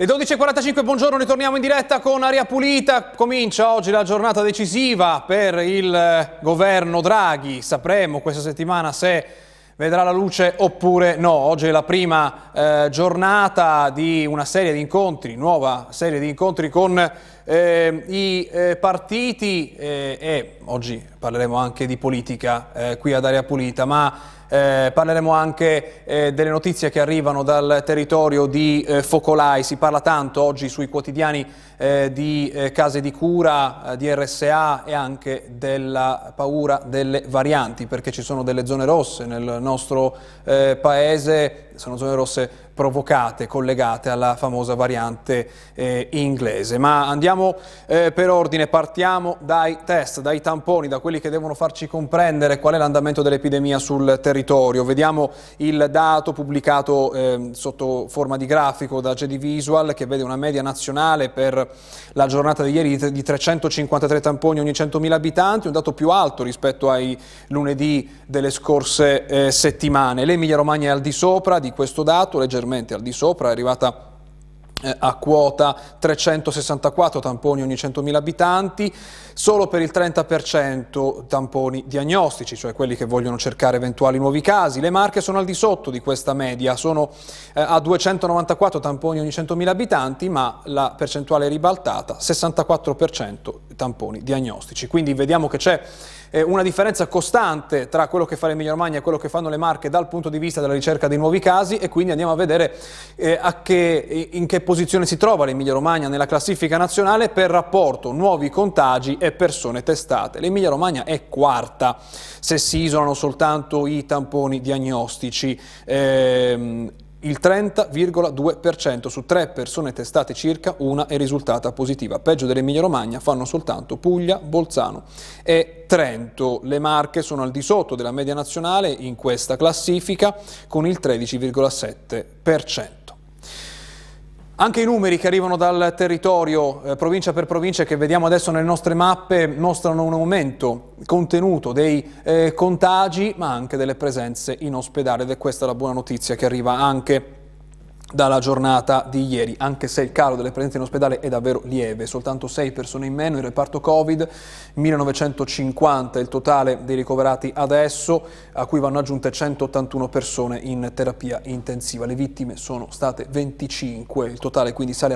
Le 12.45, buongiorno, ritorniamo in diretta con Aria Pulita. Comincia oggi la giornata decisiva per il governo Draghi. Sapremo questa settimana se vedrà la luce oppure no. Oggi è la prima giornata di una serie di incontri, nuova serie di incontri con i partiti e oggi parleremo anche di politica qui ad Aria Pulita, ma parleremo anche delle notizie che arrivano dal territorio di focolai. Si parla tanto oggi sui quotidiani di case di cura, di RSA e anche della paura delle varianti, perché ci sono delle zone rosse nel nostro paese, sono zone rosse provocate, collegate alla famosa variante inglese. Ma andiamo per ordine, partiamo dai test, dai tamponi, da quelli che devono farci comprendere qual è l'andamento dell'epidemia sul territorio. Vediamo il dato pubblicato sotto forma di grafico da GD Visual, che vede una media nazionale per la giornata di ieri di 353 tamponi ogni 100.000 abitanti, un dato più alto rispetto ai lunedì delle scorse settimane. L'Emilia Romagna è al di sopra di questo dato, leggermente al di sopra, è arrivata a quota 364 tamponi ogni 100.000 abitanti, solo per il 30% tamponi diagnostici, cioè quelli che vogliono cercare eventuali nuovi casi. Le Marche sono al di sotto di questa media, sono a 294 tamponi ogni 100.000 abitanti, ma la percentuale è ribaltata, 64% tamponi diagnostici. Quindi vediamo che c'è una differenza costante tra quello che fa l'Emilia Romagna e quello che fanno le Marche dal punto di vista della ricerca dei nuovi casi, e quindi andiamo a vedere in che posizione si trova l'Emilia Romagna nella classifica nazionale per rapporto nuovi contagi e persone testate. L'Emilia Romagna è quarta se si isolano soltanto i tamponi diagnostici. Il 30,2% su 3 persone testate circa, una è risultata positiva. Peggio dell'Emilia Romagna fanno soltanto Puglia, Bolzano e Trento. Le Marche sono al di sotto della media nazionale in questa classifica con il 13,7%. Anche i numeri che arrivano dal territorio, provincia per provincia, che vediamo adesso nelle nostre mappe, mostrano un aumento contenuto dei contagi, ma anche delle presenze in ospedale, ed è questa la buona notizia che arriva anche dalla giornata di ieri, anche se il calo delle presenze in ospedale è davvero lieve, soltanto 6 persone in meno in reparto Covid, 1950 il totale dei ricoverati adesso, a cui vanno aggiunte 181 persone in terapia intensiva. Le vittime sono state 25, il totale quindi sale a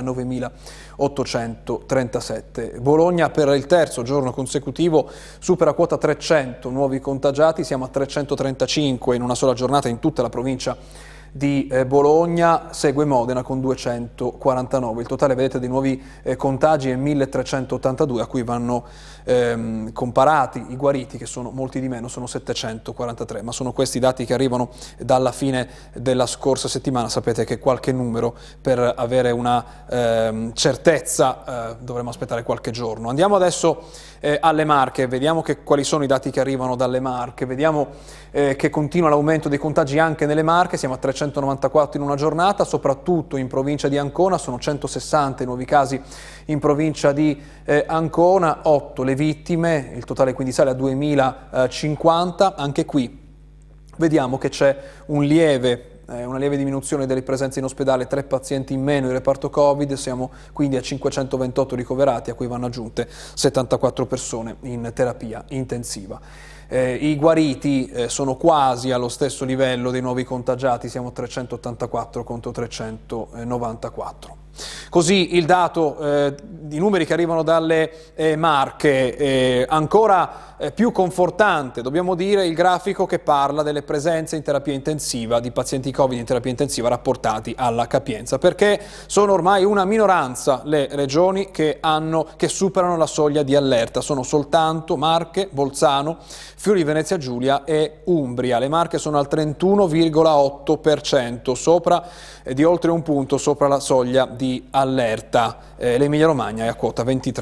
9.837. Bologna per il terzo giorno consecutivo supera quota 300 nuovi contagiati, siamo a 335 in una sola giornata in tutta la provincia di Bologna, segue Modena con 249. Il totale, vedete, dei nuovi contagi è 1.382, a cui vanno comparati i guariti, che sono molti di meno, sono 743, ma sono questi dati che arrivano dalla fine della scorsa settimana. Sapete che qualche numero, per avere una certezza, dovremo aspettare qualche giorno. Andiamo adesso alle Marche, vediamo quali sono i dati che arrivano dalle Marche, vediamo che continua l'aumento dei contagi anche nelle Marche, siamo a 394 in una giornata, soprattutto in provincia di Ancona, sono 160 i nuovi casi in provincia di Ancona, 8 le vittime, il totale quindi sale a 2050, anche qui vediamo che c'è una lieve diminuzione delle presenze in ospedale, 3 pazienti in meno in reparto Covid, siamo quindi a 528 ricoverati, a cui vanno aggiunte 74 persone in terapia intensiva. I guariti sono quasi allo stesso livello dei nuovi contagiati, siamo a 384 contro 394. Così il dato di numeri che arrivano dalle Marche, ancora più confortante, dobbiamo dire, il grafico che parla delle presenze in terapia intensiva, di pazienti Covid in terapia intensiva rapportati alla capienza, perché sono ormai una minoranza le regioni che superano la soglia di allerta, sono soltanto Marche, Bolzano, Friuli Venezia Giulia e Umbria. Le Marche sono al 31,8%, sopra di oltre un punto sopra la soglia di allerta. L'Emilia Romagna è a quota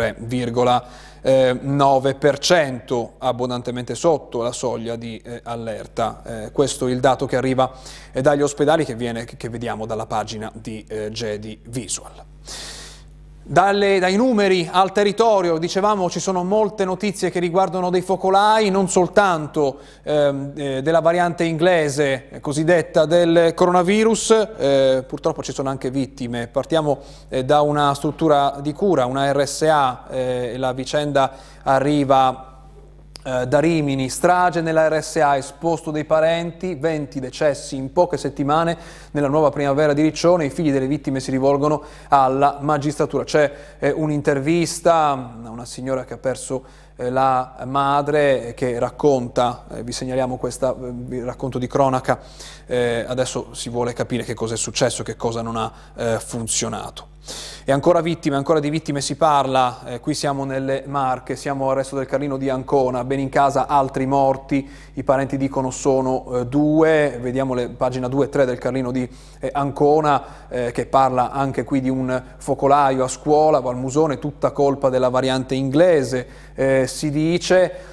23,9%, abbondantemente sotto la soglia di allerta. Questo è il dato che arriva dagli ospedali, che vediamo dalla pagina di GD Visual. Dai numeri al territorio, dicevamo, ci sono molte notizie che riguardano dei focolai, non soltanto della variante inglese cosiddetta del coronavirus, purtroppo ci sono anche vittime. Partiamo da una struttura di cura, una RSA, la vicenda arriva da Rimini, strage nella RSA, esposto dei parenti, 20 decessi in poche settimane nella nuova primavera di Riccione, i figli delle vittime si rivolgono alla magistratura. C'è un'intervista a una signora che ha perso la madre che racconta, vi segnaliamo questo racconto di cronaca, adesso si vuole capire che cosa è successo, che cosa non ha funzionato. E ancora di vittime si parla, qui siamo nelle Marche, siamo al Resto del Carlino di Ancona, bene in casa altri morti, i parenti dicono sono 2, vediamo le pagina 2 e 3 del Carlino di Ancona, che parla anche qui di un focolaio a scuola, Valmusone, tutta colpa della variante inglese, si dice.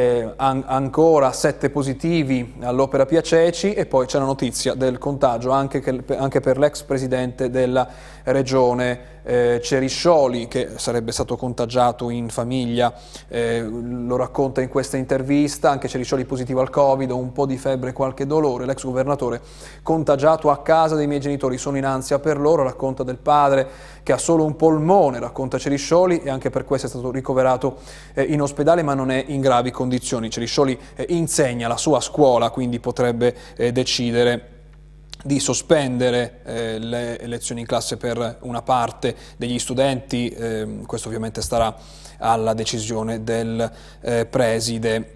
Ancora 7 positivi all'Opera Piaceci e poi c'è la notizia del contagio anche per l'ex presidente della regione Ceriscioli, che sarebbe stato contagiato in famiglia, lo racconta in questa intervista, anche Ceriscioli positivo al Covid, un po' di febbre, qualche dolore, l'ex governatore contagiato a casa dei miei genitori, sono in ansia per loro, racconta del padre che ha solo un polmone, racconta Ceriscioli, e anche per questo è stato ricoverato in ospedale ma non è in gravi condizioni. Ceriscioli insegna la sua scuola, quindi potrebbe decidere di sospendere le lezioni in classe per una parte degli studenti, questo ovviamente starà alla decisione del preside.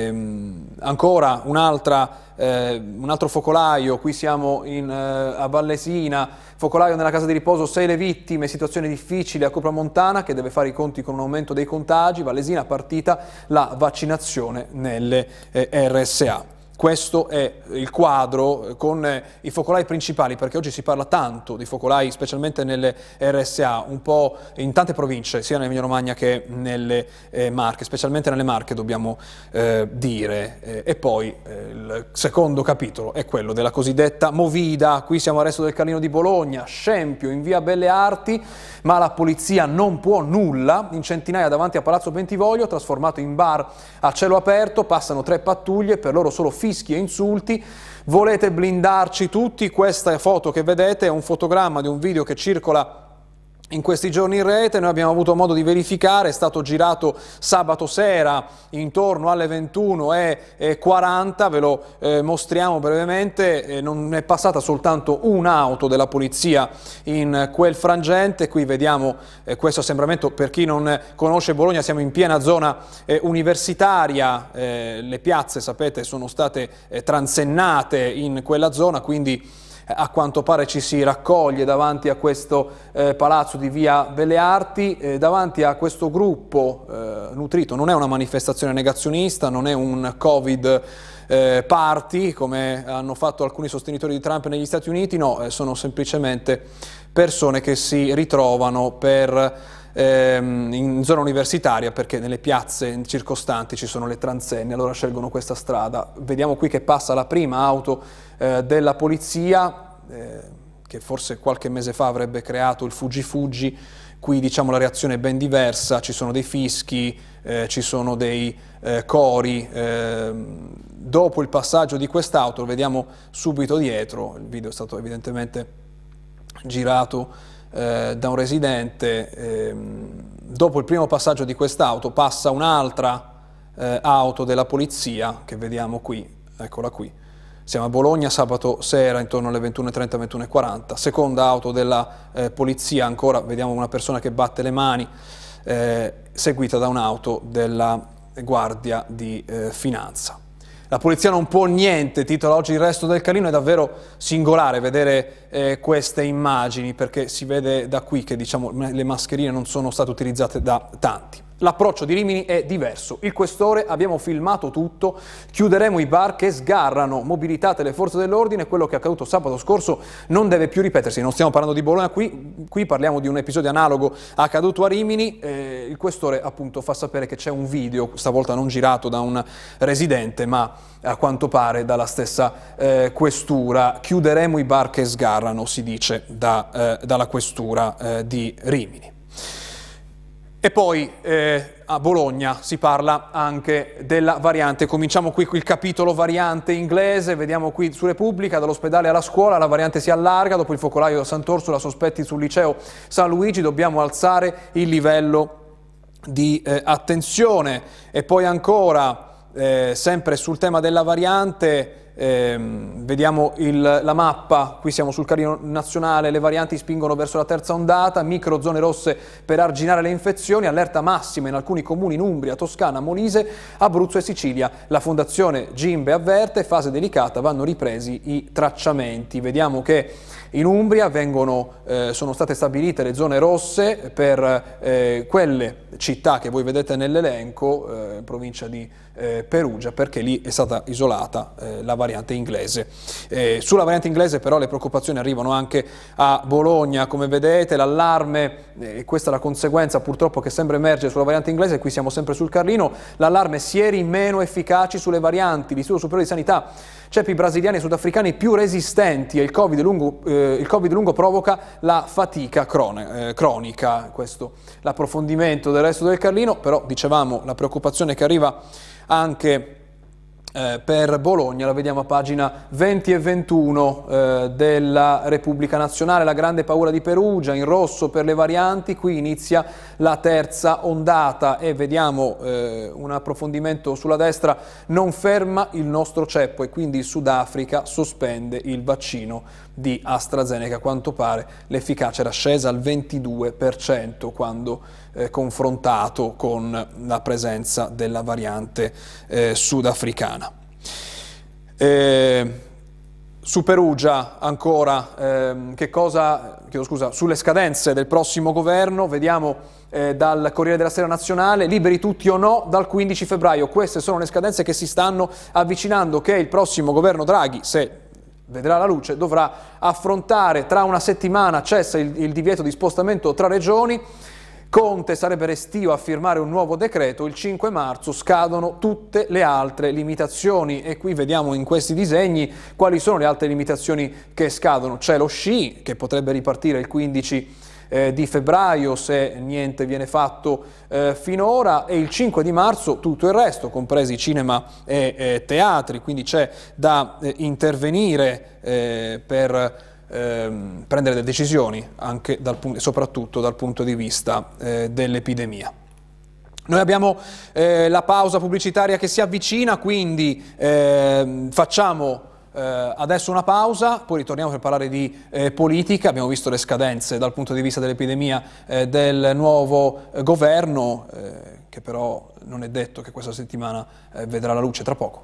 Ancora un altro focolaio, qui siamo a Vallesina, focolaio nella casa di riposo, 6 le vittime, situazione difficile a Copramontana che deve fare i conti con un aumento dei contagi, Vallesina partita la vaccinazione nelle RSA. Questo è il quadro con i focolai principali, perché oggi si parla tanto di focolai, specialmente nelle RSA, un po' in tante province, sia nell'Emilia Romagna che nelle Marche, specialmente nelle Marche dobbiamo dire. E poi il secondo capitolo è quello della cosiddetta Movida. Qui siamo al Resto del Carlino di Bologna, scempio in via Belle Arti, ma la polizia non può nulla, in centinaia davanti a Palazzo Bentivoglio, trasformato in bar a cielo aperto, passano 3 pattuglie, per loro solo fischi e insulti. Volete blindarci tutti? Questa foto che vedete è un fotogramma di un video che circola in questi giorni in rete, noi abbiamo avuto modo di verificare, è stato girato sabato sera intorno alle 21:40, ve lo mostriamo brevemente, non è passata soltanto un'auto della polizia in quel frangente, qui vediamo questo assembramento, per chi non conosce Bologna siamo in piena zona universitaria, le piazze sapete sono state transennate in quella zona, quindi a quanto pare ci si raccoglie davanti a questo palazzo di via Belle Arti, davanti a questo gruppo nutrito. Non è una manifestazione negazionista, non è un Covid party come hanno fatto alcuni sostenitori di Trump negli Stati Uniti, no, sono semplicemente persone che si ritrovano in zona universitaria perché nelle piazze circostanti ci sono le transenne, allora scelgono questa strada. Vediamo qui che passa la prima auto della polizia, che forse qualche mese fa avrebbe creato il fuggi-fuggi. Qui diciamo la reazione è ben diversa, ci sono dei fischi, ci sono dei cori. Dopo il passaggio di quest'auto, lo vediamo subito dietro, il video è stato evidentemente girato da un residente, dopo il primo passaggio di quest'auto passa un'altra auto della polizia che vediamo qui, eccola qui. Siamo a Bologna sabato sera intorno alle 21:30, 21:40, seconda auto della polizia, ancora vediamo una persona che batte le mani, seguita da un'auto della Guardia di Finanza. La polizia non può niente, titola oggi il Resto del Carlino, è davvero singolare vedere queste immagini perché si vede da qui che diciamo, le mascherine non sono state utilizzate da tanti. L'approccio di Rimini è diverso. Il questore, abbiamo filmato tutto, chiuderemo i bar che sgarrano, mobilitate le forze dell'ordine, quello che è accaduto sabato scorso non deve più ripetersi. Non stiamo parlando di Bologna qui parliamo di un episodio analogo accaduto a Rimini. Il questore appunto fa sapere che c'è un video, stavolta non girato da un residente, ma a quanto pare dalla stessa questura. Chiuderemo i bar che sgarrano, si dice dalla questura di Rimini. E poi a Bologna si parla anche della variante. Cominciamo qui il capitolo variante inglese, vediamo qui su Repubblica, dall'ospedale alla scuola, la variante si allarga, dopo il focolaio a Sant'Orsola, sospetti sul liceo San Luigi, dobbiamo alzare il livello di attenzione. E poi ancora, sempre sul tema della variante, vediamo la mappa, qui siamo sul Carlino nazionale, le varianti spingono verso la terza ondata, micro zone rosse per arginare le infezioni, allerta massima in alcuni comuni in Umbria, Toscana, Molise, Abruzzo e Sicilia. La Fondazione Gimbe avverte, fase delicata, vanno ripresi i tracciamenti. Vediamo che in Umbria sono state stabilite le zone rosse per quelle città che voi vedete nell'elenco, provincia di Perugia, perché lì è stata isolata la variante inglese. Sulla variante inglese però le preoccupazioni arrivano anche a Bologna, come vedete l'allarme, questa è la conseguenza purtroppo che sembra emergere sulla variante inglese, qui siamo sempre sul Carlino, l'allarme sieri meno efficaci sulle varianti, l'Istituto Superiore di Sanità, ceppi brasiliani e sudafricani più resistenti e il Covid lungo provoca la fatica cronica, questo l'approfondimento del resto del Carlino, però dicevamo la preoccupazione che arriva anche per Bologna, la vediamo a pagina 20 e 21 della Repubblica Nazionale, la grande paura di Perugia, in rosso per le varianti, qui inizia la terza ondata e vediamo un approfondimento sulla destra, non ferma il nostro ceppo e quindi il Sudafrica sospende il vaccino di AstraZeneca, a quanto pare l'efficacia era scesa al 22% quando confrontato con la presenza della variante sudafricana. Su Perugia ancora, sulle scadenze del prossimo governo, vediamo dal Corriere della Sera Nazionale, liberi tutti o no dal 15 febbraio, queste sono le scadenze che si stanno avvicinando, che il prossimo governo Draghi, se vedrà la luce, dovrà affrontare. Tra una settimana cessa il divieto di spostamento tra regioni, Conte sarebbe restio a firmare un nuovo decreto, il 5 marzo scadono tutte le altre limitazioni e qui vediamo in questi disegni quali sono le altre limitazioni che scadono. C'è lo sci che potrebbe ripartire il 15 di febbraio se niente viene fatto finora e il 5 di marzo tutto il resto, compresi cinema e teatri, quindi c'è da intervenire per prendere delle decisioni anche soprattutto dal punto di vista dell'epidemia. Noi abbiamo la pausa pubblicitaria che si avvicina, quindi facciamo adesso una pausa, poi ritorniamo per parlare di politica. Abbiamo visto le scadenze dal punto di vista dell'epidemia del nuovo governo, che però non è detto che questa settimana vedrà la luce tra poco.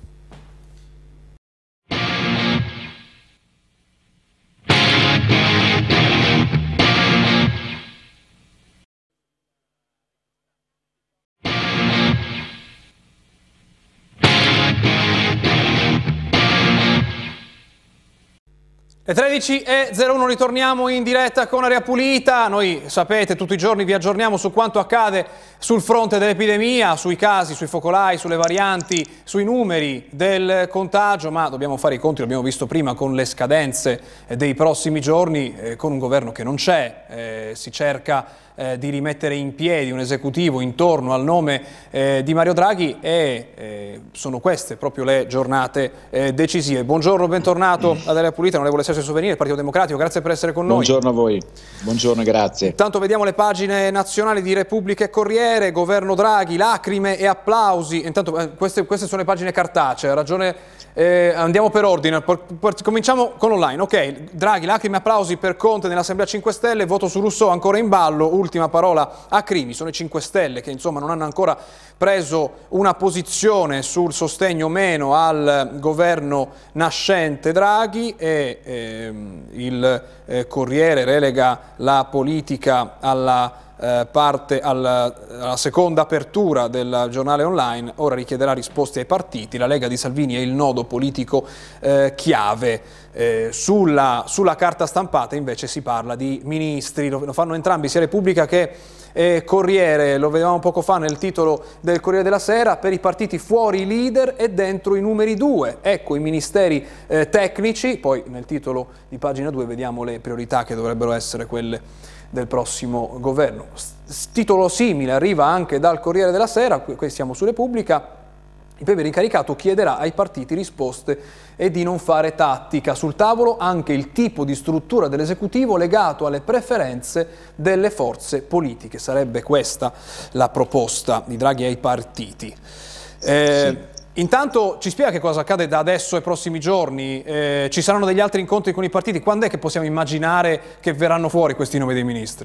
Le 13:01, ritorniamo in diretta con Aria Pulita. Noi sapete, tutti i giorni vi aggiorniamo su quanto accade sul fronte dell'epidemia, sui casi, sui focolai, sulle varianti, sui numeri del contagio, ma dobbiamo fare i conti, l'abbiamo visto prima, con le scadenze dei prossimi giorni, con un governo che non c'è, si cerca di rimettere in piedi un esecutivo intorno al nome di Mario Draghi e sono queste proprio le giornate decisive. Buongiorno, bentornato ad Aria Pulita, onorevole Sergio Sovenini, del Partito Democratico, grazie per essere con noi. Buongiorno a voi, buongiorno, grazie. Intanto vediamo le pagine nazionali di Repubblica e Corriere, governo Draghi, lacrime e applausi. Intanto queste sono le pagine cartacee, ha ragione, andiamo per ordine, cominciamo con online. Ok, Draghi, lacrime e applausi per Conte nell'Assemblea 5 Stelle, voto su Rousseau ancora in ballo, ultima parola a Crimi. Sono i 5 Stelle che insomma non hanno ancora preso una posizione sul sostegno o meno al governo nascente Draghi e il Corriere relega la politica alla alla seconda apertura del giornale online, ora richiederà risposte ai partiti, la Lega di Salvini è il nodo politico chiave. Sulla carta stampata invece si parla di ministri, lo fanno entrambi sia Repubblica che e Corriere. Lo vedevamo poco fa nel titolo del Corriere della Sera: per i partiti fuori i leader e dentro i numeri 2. Ecco i ministeri tecnici. Poi nel titolo di pagina 2 vediamo le priorità che dovrebbero essere quelle del prossimo governo. Titolo simile arriva anche dal Corriere della Sera, qui siamo su Repubblica. Il premier incaricato chiederà ai partiti risposte e di non fare tattica. Sul tavolo anche il tipo di struttura dell'esecutivo legato alle preferenze delle forze politiche. Sarebbe questa la proposta di Draghi ai partiti. Sì. Intanto ci spiega che cosa accade da adesso ai prossimi giorni? Ci saranno degli altri incontri con i partiti? Quando è che possiamo immaginare che verranno fuori questi nomi dei ministri?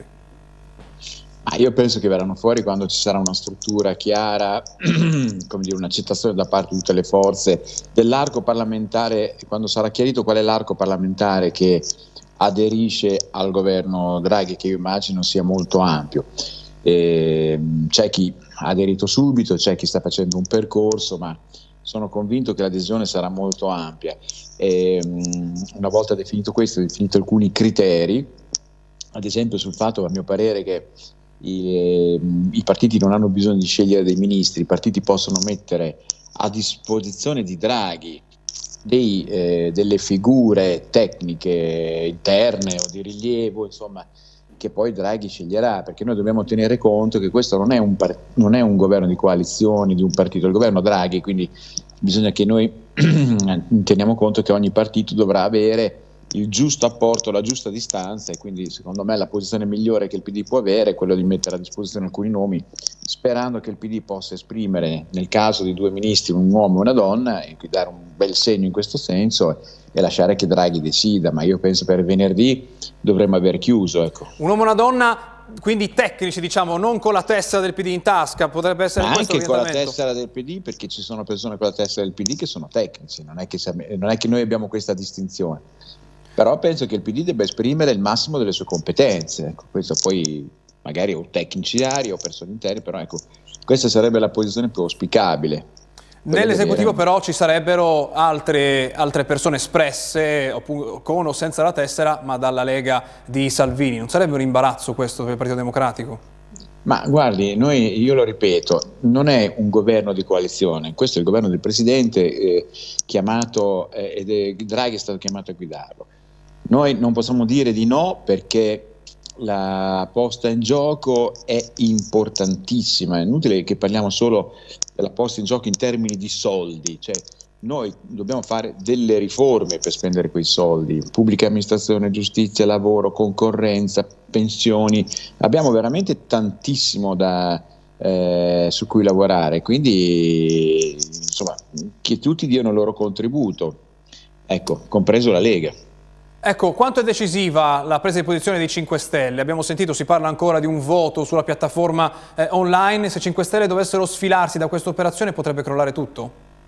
Io penso che verranno fuori quando ci sarà una struttura chiara, come dire, un'accettazione da parte di tutte le forze dell'arco parlamentare, quando sarà chiarito qual è l'arco parlamentare che aderisce al governo Draghi, che io immagino sia molto ampio. C'è chi ha aderito subito, c'è chi sta facendo un percorso, ma sono convinto che l'adesione sarà molto ampia. Una volta definito questo, definito alcuni criteri, ad esempio sul fatto, a mio parere, che i partiti non hanno bisogno di scegliere dei ministri, i partiti possono mettere a disposizione di Draghi delle figure tecniche interne o di rilievo, insomma, che poi Draghi sceglierà, perché noi dobbiamo tenere conto che questo non è un governo di coalizioni, di un partito, è il governo Draghi, quindi bisogna che noi teniamo conto che ogni partito dovrà avere il giusto apporto, la giusta distanza, e quindi secondo me la posizione migliore che il PD può avere è quella di mettere a disposizione alcuni nomi, sperando che il PD possa esprimere, nel caso di 2 ministri, un uomo e una donna, e dare un bel segno in questo senso e lasciare che Draghi decida. Ma io penso per venerdì dovremmo aver chiuso, ecco. Un uomo e una donna, quindi tecnici, diciamo, non con la tessera del PD in tasca, potrebbe essere questo anche con la tessera del PD, perché ci sono persone con la tessera del PD che sono tecnici, non è che noi abbiamo questa distinzione. Però penso che il PD debba esprimere il massimo delle sue competenze, ecco, questo poi magari o tecnici o persone interne, però ecco, questa sarebbe la posizione più auspicabile. Nell'esecutivo però ci sarebbero altre persone espresse con o senza la tessera, ma dalla Lega di Salvini. Non sarebbe un imbarazzo questo per il Partito Democratico? Ma guardi, io lo ripeto, non è un governo di coalizione, questo è il governo del Presidente chiamato, Draghi è stato chiamato a guidarlo. Noi non possiamo dire di no, perché la posta in gioco è importantissima. È inutile che parliamo solo della posta in gioco in termini di soldi, cioè noi dobbiamo fare delle riforme per spendere quei soldi: pubblica amministrazione, giustizia, lavoro, concorrenza, pensioni. Abbiamo veramente tantissimo su cui lavorare, quindi insomma che tutti diano il loro contributo, ecco, compreso la Lega. Ecco, quanto è decisiva la presa di posizione dei 5 Stelle? Abbiamo sentito, si parla ancora di un voto sulla piattaforma online. Se 5 Stelle dovessero sfilarsi da questa operazione potrebbe crollare tutto?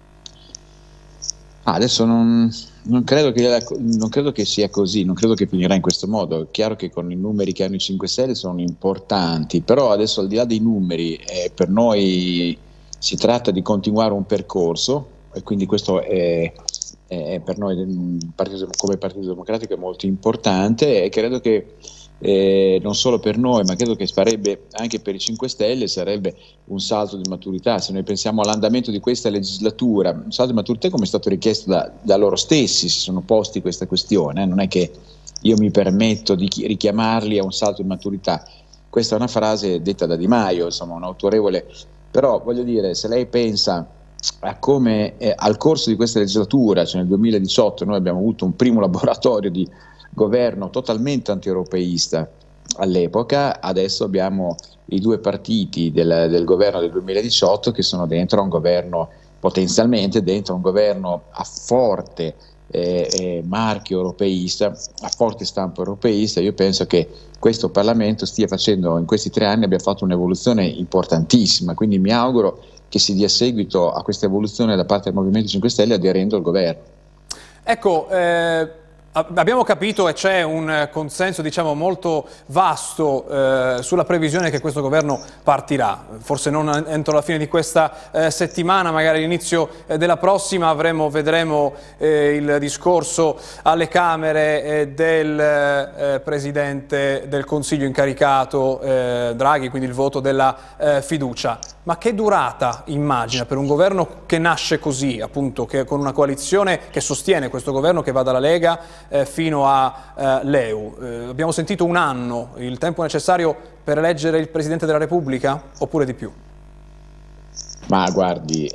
Adesso non credo che sia così, non credo che finirà in questo modo. È chiaro che con i numeri che hanno i 5 Stelle sono importanti, però adesso, al di là dei numeri, per noi si tratta di continuare un percorso, e quindi questo è per noi come Partito Democratico è molto importante, e credo che non solo per noi, ma credo che farebbe anche per i 5 Stelle, sarebbe un salto di maturità. Se noi pensiamo all'andamento di questa legislatura, un salto di maturità come è stato richiesto da loro stessi, si sono posti questa questione, non è che io mi permetto di richiamarli a un salto di maturità. Questa è una frase detta da Di Maio, insomma, un autorevole, però voglio dire, se lei pensa a come al corso di questa legislatura, cioè nel 2018, noi abbiamo avuto un primo laboratorio di governo totalmente anti-europeista all'epoca, adesso abbiamo i 2 partiti del governo del 2018 che sono dentro a un governo, potenzialmente dentro a un governo a forte marchio europeista, a forte stampo europeista. Io penso che questo Parlamento stia facendo, in questi 3 anni abbia fatto un'evoluzione importantissima, quindi mi auguro che si dia seguito a questa evoluzione da parte del Movimento 5 Stelle aderendo al governo. Ecco, Abbiamo capito e c'è un consenso, diciamo, molto vasto sulla previsione che questo governo partirà. Forse non entro la fine di questa settimana, magari all'inizio della prossima vedremo il discorso alle Camere del Presidente del Consiglio incaricato Draghi, quindi il voto della fiducia. Ma che durata immagina per un governo che nasce così, appunto, con una coalizione che sostiene questo governo, che va dalla Lega fino a l'EU? Abbiamo sentito un anno, il tempo necessario per eleggere il Presidente della Repubblica, oppure di più? Ma guardi,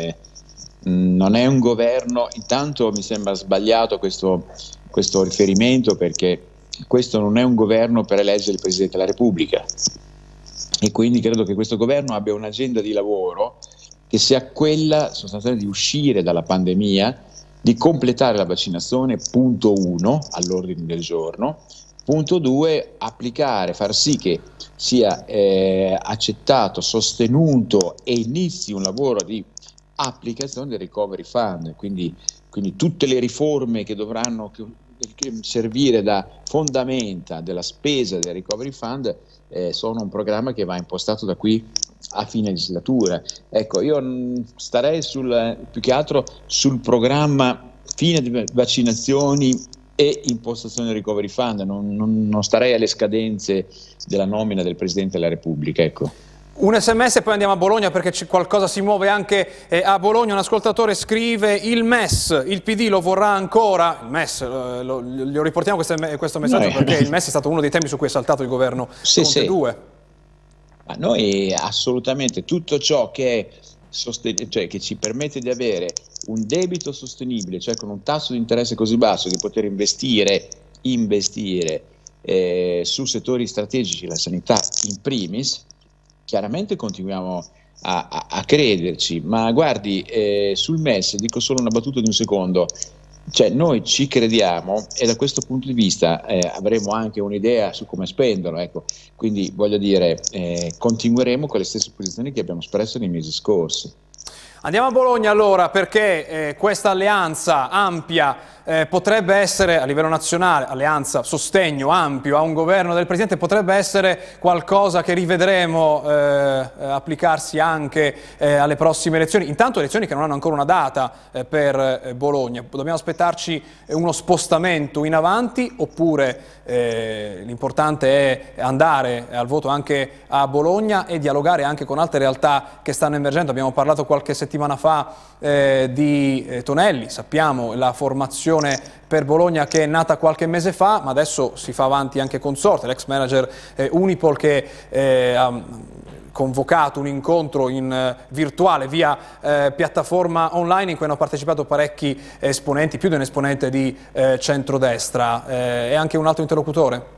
non è un governo, intanto mi sembra sbagliato questo riferimento, perché questo non è un governo per eleggere il Presidente della Repubblica. E quindi credo che questo governo abbia un'agenda di lavoro che sia quella sostanzialmente di uscire dalla pandemia, di completare la vaccinazione, punto 1 all'ordine del giorno, punto 2 applicare, far sì che sia accettato, sostenuto e inizi un lavoro di applicazione del Recovery Fund, quindi tutte le riforme che dovranno servire da fondamenta della spesa del Recovery Fund sono un programma che va impostato da qui a fine legislatura. Ecco, io starei più che altro sul programma fine di vaccinazioni e impostazione del Recovery Fund, non starei alle scadenze della nomina del Presidente della Repubblica, ecco. Un sms e poi andiamo a Bologna, perché qualcosa si muove anche a Bologna. Un ascoltatore scrive: il MES, il PD lo vorrà ancora? Il MES, lo riportiamo questo messaggio perché il MES è stato uno dei temi su cui è saltato il governo Conte 2. Ma noi assolutamente tutto ciò che che ci permette di avere un debito sostenibile, cioè con un tasso di interesse così basso, di poter investire su settori strategici, la sanità in primis, chiaramente continuiamo a crederci. Ma guardi, sul MES dico solo una battuta di un secondo, cioè noi ci crediamo e da questo punto di vista avremo anche un'idea su come spenderlo, ecco. Quindi voglio dire, continueremo con le stesse posizioni che abbiamo espresso nei mesi scorsi. Andiamo a Bologna allora, perché questa alleanza ampia potrebbe essere, a livello nazionale, alleanza, sostegno ampio a un governo del Presidente, potrebbe essere qualcosa che rivedremo applicarsi anche alle prossime elezioni. Intanto elezioni che non hanno ancora una data per Bologna. Dobbiamo aspettarci uno spostamento in avanti, oppure l'importante è andare al voto anche a Bologna e dialogare anche con altre realtà che stanno emergendo? Abbiamo parlato qualche settimana fa di Tonelli, sappiamo la formazione per Bologna che è nata qualche mese fa, ma adesso si fa avanti anche Consorte, l'ex manager Unipol, che ha convocato un incontro virtuale via piattaforma online in cui hanno partecipato parecchi esponenti, più di un esponente di centrodestra. E anche un altro interlocutore?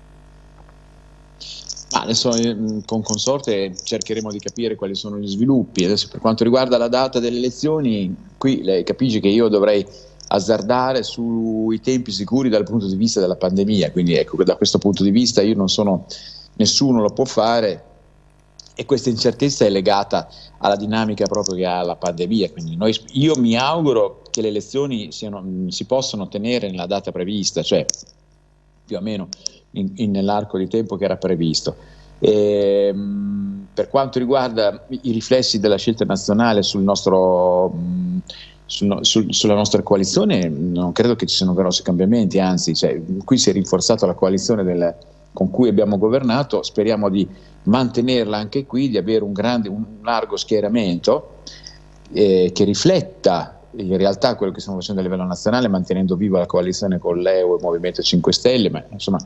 Adesso con Consorte cercheremo di capire quali sono gli sviluppi. Adesso, per quanto riguarda la data delle elezioni, qui lei capisce che io dovrei azzardare sui tempi sicuri dal punto di vista della pandemia, quindi ecco, da questo punto di vista io non sono, nessuno lo può fare, e questa incertezza è legata alla dinamica proprio che ha la pandemia. Quindi io mi auguro che le elezioni si possano tenere nella data prevista, cioè più o meno nell'arco di tempo che era previsto. Per quanto riguarda i riflessi della scelta nazionale sulla nostra coalizione, non credo che ci siano grossi cambiamenti, anzi, qui si è rinforzata la coalizione con cui abbiamo governato. Speriamo di mantenerla anche qui, di avere un largo schieramento che rifletta in realtà quello che stiamo facendo a livello nazionale, mantenendo viva la coalizione con l'EU e il Movimento 5 Stelle, ma insomma,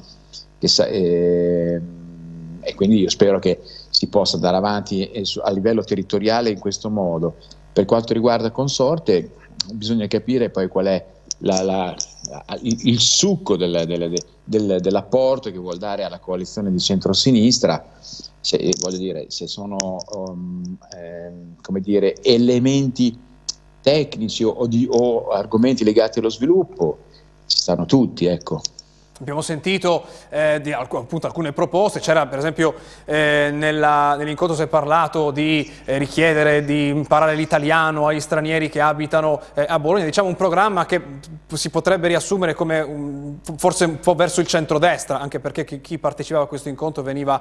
e quindi io spero che si possa andare avanti a livello territoriale in questo modo. Per quanto riguarda Consorte, bisogna capire poi qual è il succo dell'apporto che vuol dare alla coalizione di centrosinistra, voglio dire, se sono come dire, elementi tecnici o argomenti legati allo sviluppo, ci stanno tutti, ecco. Abbiamo sentito appunto alcune proposte, c'era per esempio nell'incontro si è parlato di richiedere di imparare l'italiano agli stranieri che abitano a Bologna, diciamo un programma che si potrebbe riassumere come forse un po' verso il centrodestra, anche perché chi partecipava a questo incontro veniva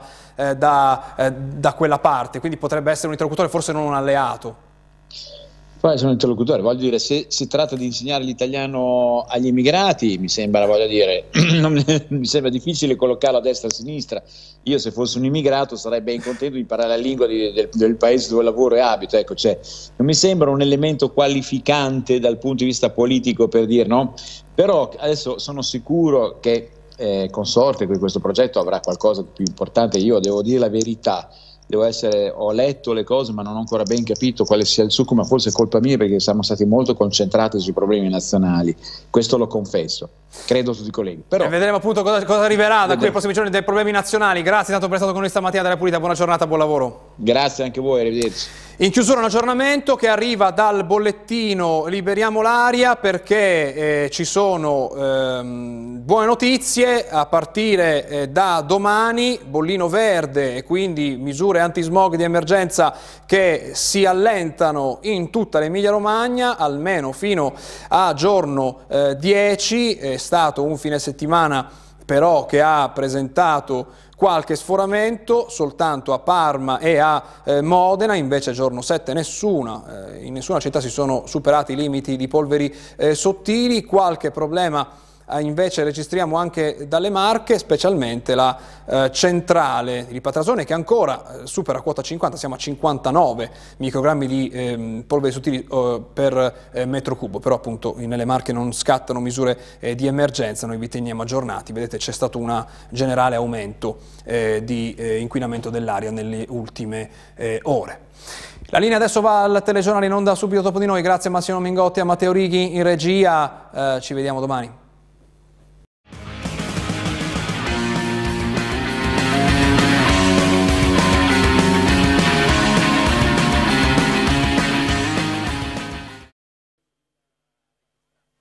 da quella parte, quindi potrebbe essere un interlocutore, forse non un alleato. Poi sono interlocutore, voglio dire, se si tratta di insegnare l'italiano agli immigrati, mi sembra, voglio dire, mi sembra difficile collocarlo a destra e a sinistra. Io se fossi un immigrato sarei ben contento di imparare la lingua del paese dove lavoro e abito, ecco, cioè, non mi sembra un elemento qualificante dal punto di vista politico, per dire, no? Però adesso sono sicuro che Consorte con questo progetto avrà qualcosa di più importante. Io devo dire la verità. Ho letto le cose ma non ho ancora ben capito quale sia il succo, ma forse è colpa mia perché siamo stati molto concentrati sui problemi nazionali, questo lo confesso, credo tutti i colleghi. Però vedremo appunto cosa arriverà da qui ai prossimi giorni dei problemi nazionali. Grazie tanto per essere stato con noi stamattina della Pulita, buona giornata, buon lavoro. Grazie anche a voi, arrivederci. In chiusura un aggiornamento che arriva dal bollettino Liberiamo l'Aria, perché ci sono buone notizie a partire da domani, bollino verde e quindi misure antismog di emergenza che si allentano in tutta l'Emilia Romagna, almeno fino a giorno 10, è stato un fine settimana però che ha presentato qualche sforamento soltanto a Parma e a Modena, invece giorno 7 in nessuna città si sono superati i limiti di polveri sottili, qualche problema invece registriamo anche dalle Marche, specialmente la centrale di Patrasone che ancora supera quota 50, siamo a 59 microgrammi di polveri sottili per metro cubo, però appunto nelle Marche non scattano misure di emergenza, noi vi teniamo aggiornati, vedete c'è stato un generale aumento di inquinamento dell'aria nelle ultime ore. La linea adesso va al telegiornale in onda subito dopo di noi, grazie a Massimo Mingotti e a Matteo Righi in regia, ci vediamo domani.